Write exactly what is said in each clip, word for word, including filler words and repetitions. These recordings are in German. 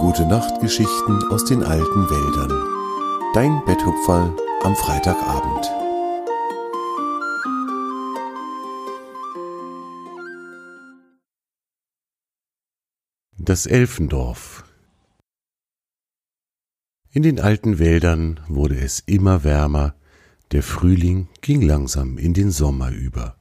Gute-Nacht-Geschichten aus den alten Wäldern. Dein Betthupferl am Freitagabend. Das Elfendorf. In den alten Wäldern wurde es immer wärmer, der Frühling ging langsam in den Sommer über.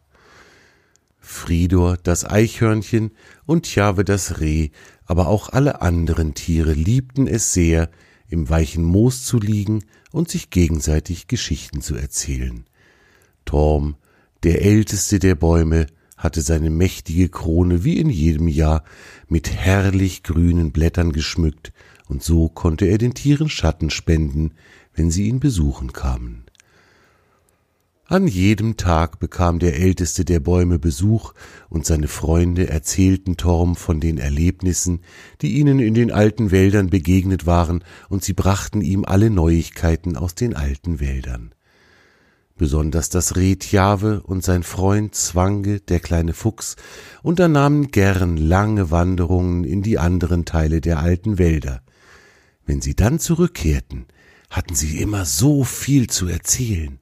Fridor, das Eichhörnchen, und Tjawe, das Reh, aber auch alle anderen Tiere liebten es sehr, im weichen Moos zu liegen und sich gegenseitig Geschichten zu erzählen. Torm, der älteste der Bäume, hatte seine mächtige Krone wie in jedem Jahr mit herrlich grünen Blättern geschmückt, und so konnte er den Tieren Schatten spenden, wenn sie ihn besuchen kamen. An jedem Tag bekam der älteste der Bäume Besuch, und seine Freunde erzählten Torm von den Erlebnissen, die ihnen in den alten Wäldern begegnet waren, und sie brachten ihm alle Neuigkeiten aus den alten Wäldern. Besonders das Reh Tjawe und sein Freund Zwange, der kleine Fuchs, unternahmen gern lange Wanderungen in die anderen Teile der alten Wälder. Wenn sie dann zurückkehrten, hatten sie immer so viel zu erzählen.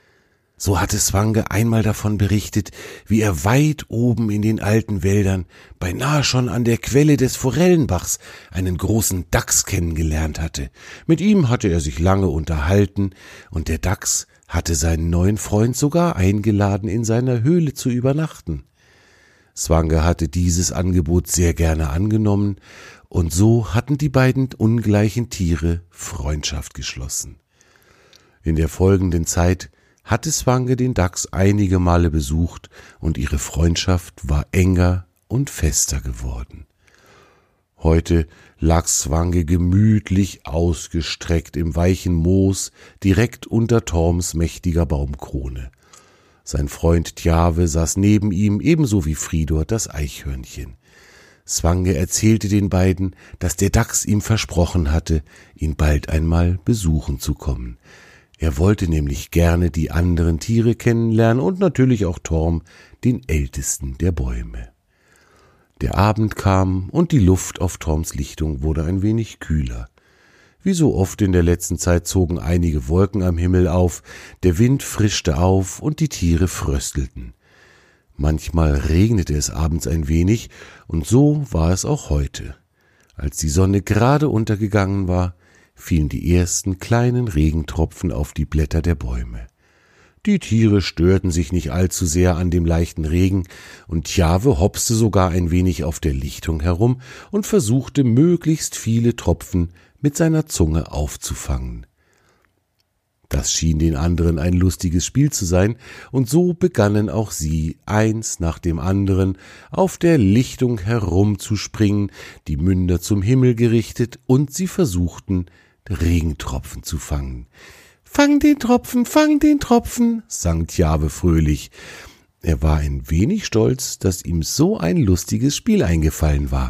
So hatte Zwange einmal davon berichtet, wie er weit oben in den alten Wäldern, beinahe schon an der Quelle des Forellenbachs, einen großen Dachs kennengelernt hatte. Mit ihm hatte er sich lange unterhalten, und der Dachs hatte seinen neuen Freund sogar eingeladen, in seiner Höhle zu übernachten. Zwange hatte dieses Angebot sehr gerne angenommen, und so hatten die beiden ungleichen Tiere Freundschaft geschlossen. In der folgenden Zeit hatte Zwange den Dachs einige Male besucht, und ihre Freundschaft war enger und fester geworden. Heute lag Zwange gemütlich ausgestreckt im weichen Moos direkt unter Torms mächtiger Baumkrone. Sein Freund Tjawe saß neben ihm, ebenso wie Fridor, das Eichhörnchen. Zwange erzählte den beiden, dass der Dachs ihm versprochen hatte, ihn bald einmal besuchen zu kommen. Er wollte nämlich gerne die anderen Tiere kennenlernen und natürlich auch Torm, den ältesten der Bäume. Der Abend kam, und die Luft auf Torms Lichtung wurde ein wenig kühler. Wie so oft in der letzten Zeit zogen einige Wolken am Himmel auf, der Wind frischte auf und die Tiere fröstelten. Manchmal regnete es abends ein wenig, und so war es auch heute. Als die Sonne gerade untergegangen war, fielen die ersten kleinen Regentropfen auf die Blätter der Bäume. Die Tiere störten sich nicht allzu sehr an dem leichten Regen, und Tjawe hopste sogar ein wenig auf der Lichtung herum und versuchte, möglichst viele Tropfen mit seiner Zunge aufzufangen. Das schien den anderen ein lustiges Spiel zu sein, und so begannen auch sie, eins nach dem anderen, auf der Lichtung herumzuspringen, die Münder zum Himmel gerichtet, und sie versuchten, Regentropfen zu fangen. »Fang den Tropfen, fang den Tropfen«, sang Tjawe fröhlich. Er war ein wenig stolz, dass ihm so ein lustiges Spiel eingefallen war.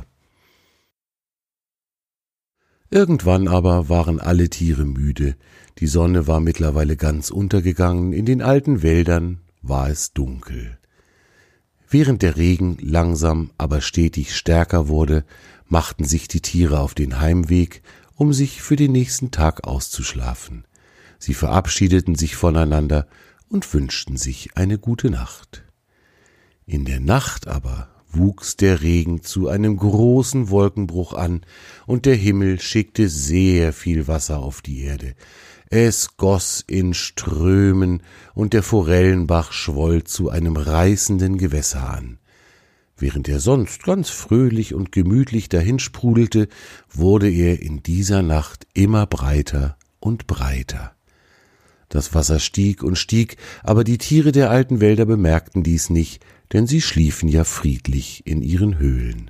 Irgendwann aber waren alle Tiere müde. Die Sonne war mittlerweile ganz untergegangen, in den alten Wäldern war es dunkel. Während der Regen langsam, aber stetig stärker wurde, machten sich die Tiere auf den Heimweg, um sich für den nächsten Tag auszuschlafen. Sie verabschiedeten sich voneinander und wünschten sich eine gute Nacht. In der Nacht aber wuchs der Regen zu einem großen Wolkenbruch an, und der Himmel schickte sehr viel Wasser auf die Erde. Es goss in Strömen, und der Forellenbach schwoll zu einem reißenden Gewässer an. Während er sonst ganz fröhlich und gemütlich dahinsprudelte, wurde er in dieser Nacht immer breiter und breiter. Das Wasser stieg und stieg, aber die Tiere der alten Wälder bemerkten dies nicht, denn sie schliefen ja friedlich in ihren Höhlen.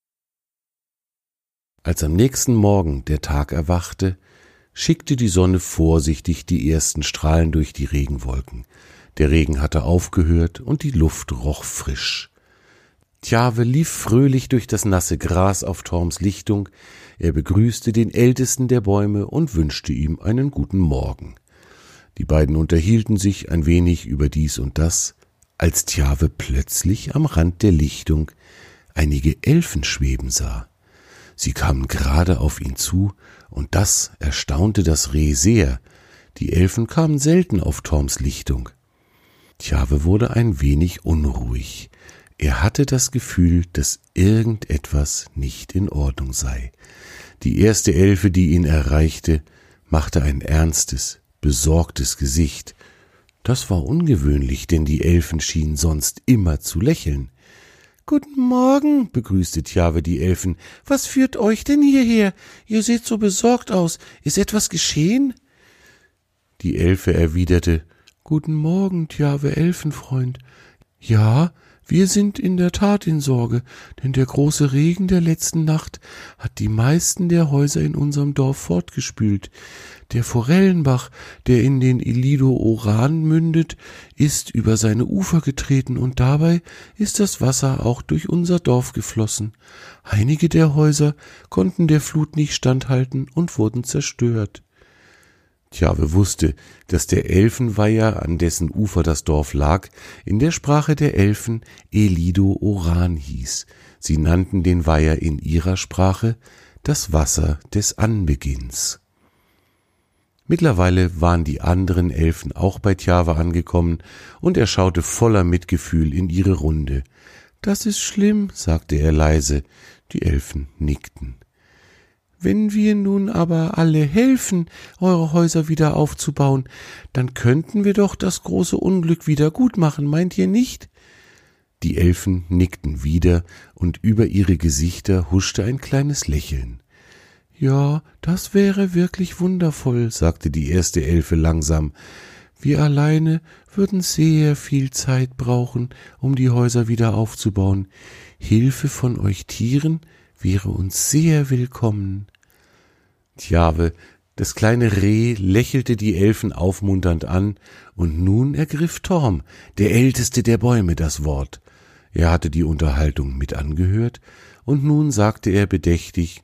Als am nächsten Morgen der Tag erwachte, schickte die Sonne vorsichtig die ersten Strahlen durch die Regenwolken. Der Regen hatte aufgehört, und die Luft roch frisch. Tjawe lief fröhlich durch das nasse Gras auf Torms Lichtung. Er begrüßte den ältesten der Bäume und wünschte ihm einen guten Morgen. Die beiden unterhielten sich ein wenig über dies und das, als Tjawe plötzlich am Rand der Lichtung einige Elfen schweben sah. Sie kamen gerade auf ihn zu, und das erstaunte das Reh sehr. Die Elfen kamen selten auf Torms Lichtung. Tjawe wurde ein wenig unruhig. Er hatte das Gefühl, dass irgendetwas nicht in Ordnung sei. Die erste Elfe, die ihn erreichte, machte ein ernstes, besorgtes Gesicht. Das war ungewöhnlich, denn die Elfen schienen sonst immer zu lächeln. »Guten Morgen«, begrüßte Tjawe die Elfen. »Was führt euch denn hierher? Ihr seht so besorgt aus. Ist etwas geschehen?« Die Elfe erwiderte, »Guten Morgen, Tjawe Elfenfreund. Ja, wir sind in der Tat in Sorge, denn der große Regen der letzten Nacht hat die meisten der Häuser in unserem Dorf fortgespült. Der Forellenbach, der in den Elido-Oran mündet, ist über seine Ufer getreten und dabei ist das Wasser auch durch unser Dorf geflossen. Einige der Häuser konnten der Flut nicht standhalten und wurden zerstört.« Tjawe wusste, dass der Elfenweiher, an dessen Ufer das Dorf lag, in der Sprache der Elfen Elido-Oran hieß. Sie nannten den Weiher in ihrer Sprache das Wasser des Anbeginns. Mittlerweile waren die anderen Elfen auch bei Tjawe angekommen, und er schaute voller Mitgefühl in ihre Runde. »Das ist schlimm«, sagte er leise. Die Elfen nickten. »Wenn wir nun aber alle helfen, eure Häuser wieder aufzubauen, dann könnten wir doch das große Unglück wieder gut machen, meint ihr nicht?« Die Elfen nickten wieder, und über ihre Gesichter huschte ein kleines Lächeln. »Ja, das wäre wirklich wundervoll«, sagte die erste Elfe langsam. »Wir alleine würden sehr viel Zeit brauchen, um die Häuser wieder aufzubauen. Hilfe von euch Tieren wäre uns sehr willkommen.« Tjawe, das kleine Reh, lächelte die Elfen aufmunternd an, und nun ergriff Torm, der älteste der Bäume, das Wort. Er hatte die Unterhaltung mit angehört, und nun sagte er bedächtig,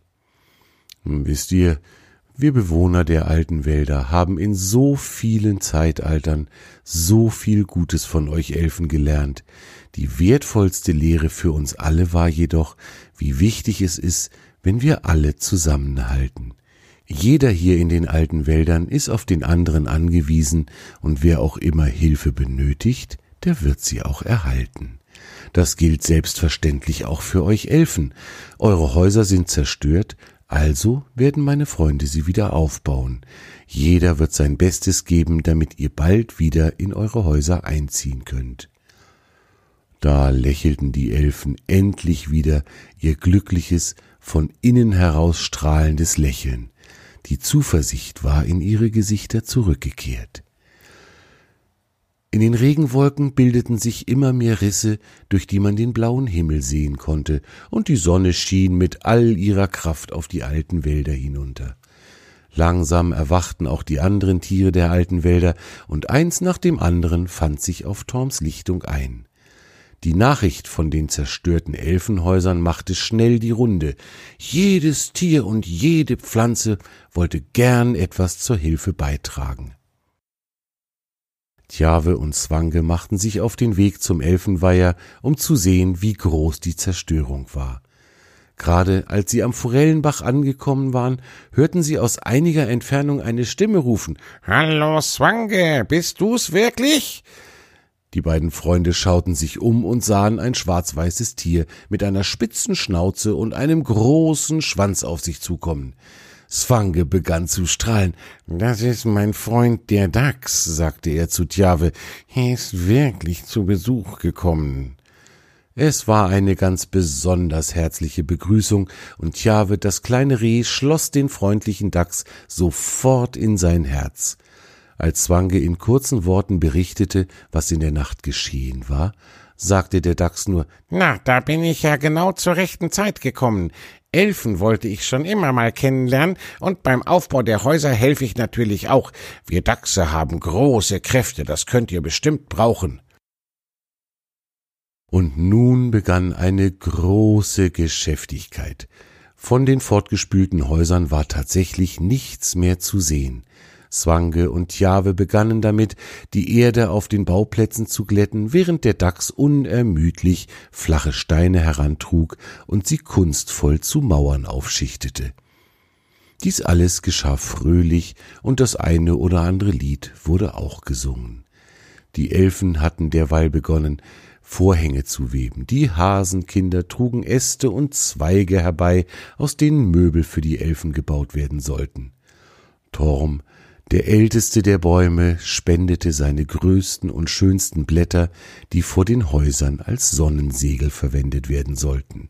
»Wisst ihr, wir Bewohner der alten Wälder haben in so vielen Zeitaltern so viel Gutes von euch Elfen gelernt. Die wertvollste Lehre für uns alle war jedoch, wie wichtig es ist, wenn wir alle zusammenhalten. Jeder hier in den alten Wäldern ist auf den anderen angewiesen, und wer auch immer Hilfe benötigt, der wird sie auch erhalten. Das gilt selbstverständlich auch für euch Elfen. Eure Häuser sind zerstört, also werden meine Freunde sie wieder aufbauen. Jeder wird sein Bestes geben, damit ihr bald wieder in eure Häuser einziehen könnt.« Da lächelten die Elfen endlich wieder ihr glückliches, von innen heraus strahlendes Lächeln. Die Zuversicht war in ihre Gesichter zurückgekehrt. In den Regenwolken bildeten sich immer mehr Risse, durch die man den blauen Himmel sehen konnte, und die Sonne schien mit all ihrer Kraft auf die alten Wälder hinunter. Langsam erwachten auch die anderen Tiere der alten Wälder, und eins nach dem anderen fand sich auf Torms Lichtung ein. Die Nachricht von den zerstörten Elfenhäusern machte schnell die Runde. Jedes Tier und jede Pflanze wollte gern etwas zur Hilfe beitragen. Tjawe und Swange machten sich auf den Weg zum Elfenweiher, um zu sehen, wie groß die Zerstörung war. Gerade als sie am Forellenbach angekommen waren, hörten sie aus einiger Entfernung eine Stimme rufen. »Hallo Swange, bist du's wirklich?« Die beiden Freunde schauten sich um und sahen ein schwarz-weißes Tier mit einer spitzen Schnauze und einem großen Schwanz auf sich zukommen. Swange begann zu strahlen. »Das ist mein Freund der Dachs«, sagte er zu Tjawe. »Er ist wirklich zu Besuch gekommen.« Es war eine ganz besonders herzliche Begrüßung, und Tjawe, das kleine Reh, schloss den freundlichen Dachs sofort in sein Herz. Als Swange in kurzen Worten berichtete, was in der Nacht geschehen war, sagte der Dachs nur, »Na, da bin ich ja genau zur rechten Zeit gekommen. Elfen wollte ich schon immer mal kennenlernen, und beim Aufbau der Häuser helfe ich natürlich auch. Wir Dachse haben große Kräfte, das könnt ihr bestimmt brauchen.« Und nun begann eine große Geschäftigkeit. Von den fortgespülten Häusern war tatsächlich nichts mehr zu sehen. Swange und Tjawe begannen damit, die Erde auf den Bauplätzen zu glätten, während der Dachs unermüdlich flache Steine herantrug und sie kunstvoll zu Mauern aufschichtete. Dies alles geschah fröhlich, und das eine oder andere Lied wurde auch gesungen. Die Elfen hatten derweil begonnen, Vorhänge zu weben. Die Hasenkinder trugen Äste und Zweige herbei, aus denen Möbel für die Elfen gebaut werden sollten. Torm, der älteste der Bäume, spendete seine größten und schönsten Blätter, die vor den Häusern als Sonnensegel verwendet werden sollten.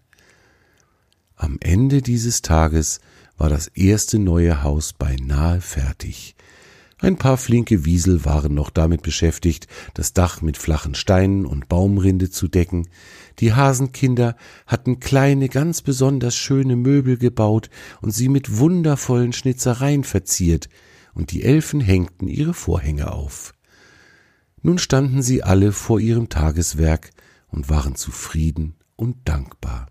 Am Ende dieses Tages war das erste neue Haus beinahe fertig. Ein paar flinke Wiesel waren noch damit beschäftigt, das Dach mit flachen Steinen und Baumrinde zu decken. Die Hasenkinder hatten kleine, ganz besonders schöne Möbel gebaut und sie mit wundervollen Schnitzereien verziert, und die Elfen hängten ihre Vorhänge auf. Nun standen sie alle vor ihrem Tageswerk und waren zufrieden und dankbar.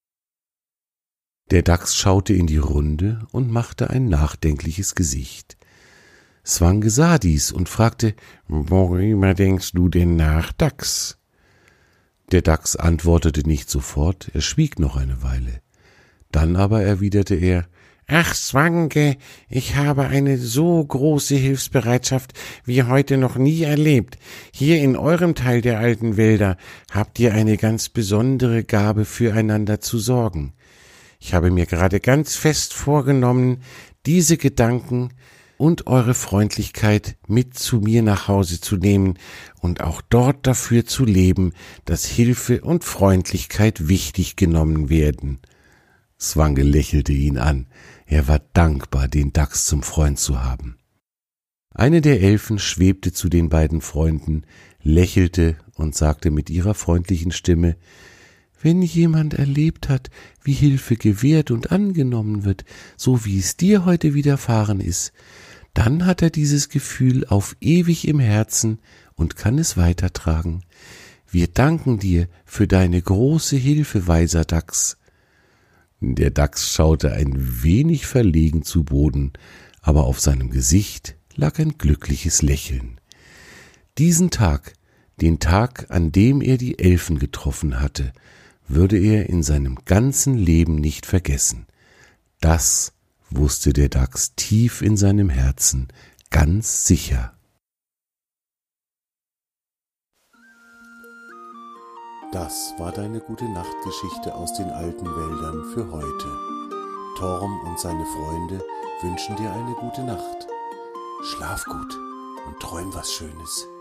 Der Dachs schaute in die Runde und machte ein nachdenkliches Gesicht. Swange sah dies und fragte, »Worüber denkst du denn nach, Dachs?« Der Dachs antwortete nicht sofort, er schwieg noch eine Weile. Dann aber erwiderte er, »Ach, Swange, ich habe eine so große Hilfsbereitschaft wie heute noch nie erlebt. Hier in eurem Teil der alten Wälder habt ihr eine ganz besondere Gabe, füreinander zu sorgen. Ich habe mir gerade ganz fest vorgenommen, diese Gedanken und eure Freundlichkeit mit zu mir nach Hause zu nehmen und auch dort dafür zu leben, dass Hilfe und Freundlichkeit wichtig genommen werden.« Swange lächelte ihn an. Er war dankbar, den Dachs zum Freund zu haben. Eine der Elfen schwebte zu den beiden Freunden, lächelte und sagte mit ihrer freundlichen Stimme, »Wenn jemand erlebt hat, wie Hilfe gewährt und angenommen wird, so wie es dir heute widerfahren ist, dann hat er dieses Gefühl auf ewig im Herzen und kann es weitertragen. Wir danken dir für deine große Hilfe, weiser Dachs.« Der Dachs schaute ein wenig verlegen zu Boden, aber auf seinem Gesicht lag ein glückliches Lächeln. Diesen Tag, den Tag, an dem er die Elfen getroffen hatte, würde er in seinem ganzen Leben nicht vergessen. Das wusste der Dachs tief in seinem Herzen ganz sicher. Das war deine Gute-Nacht-Geschichte aus den alten Wäldern für heute. Torm und seine Freunde wünschen dir eine gute Nacht. Schlaf gut und träum was Schönes.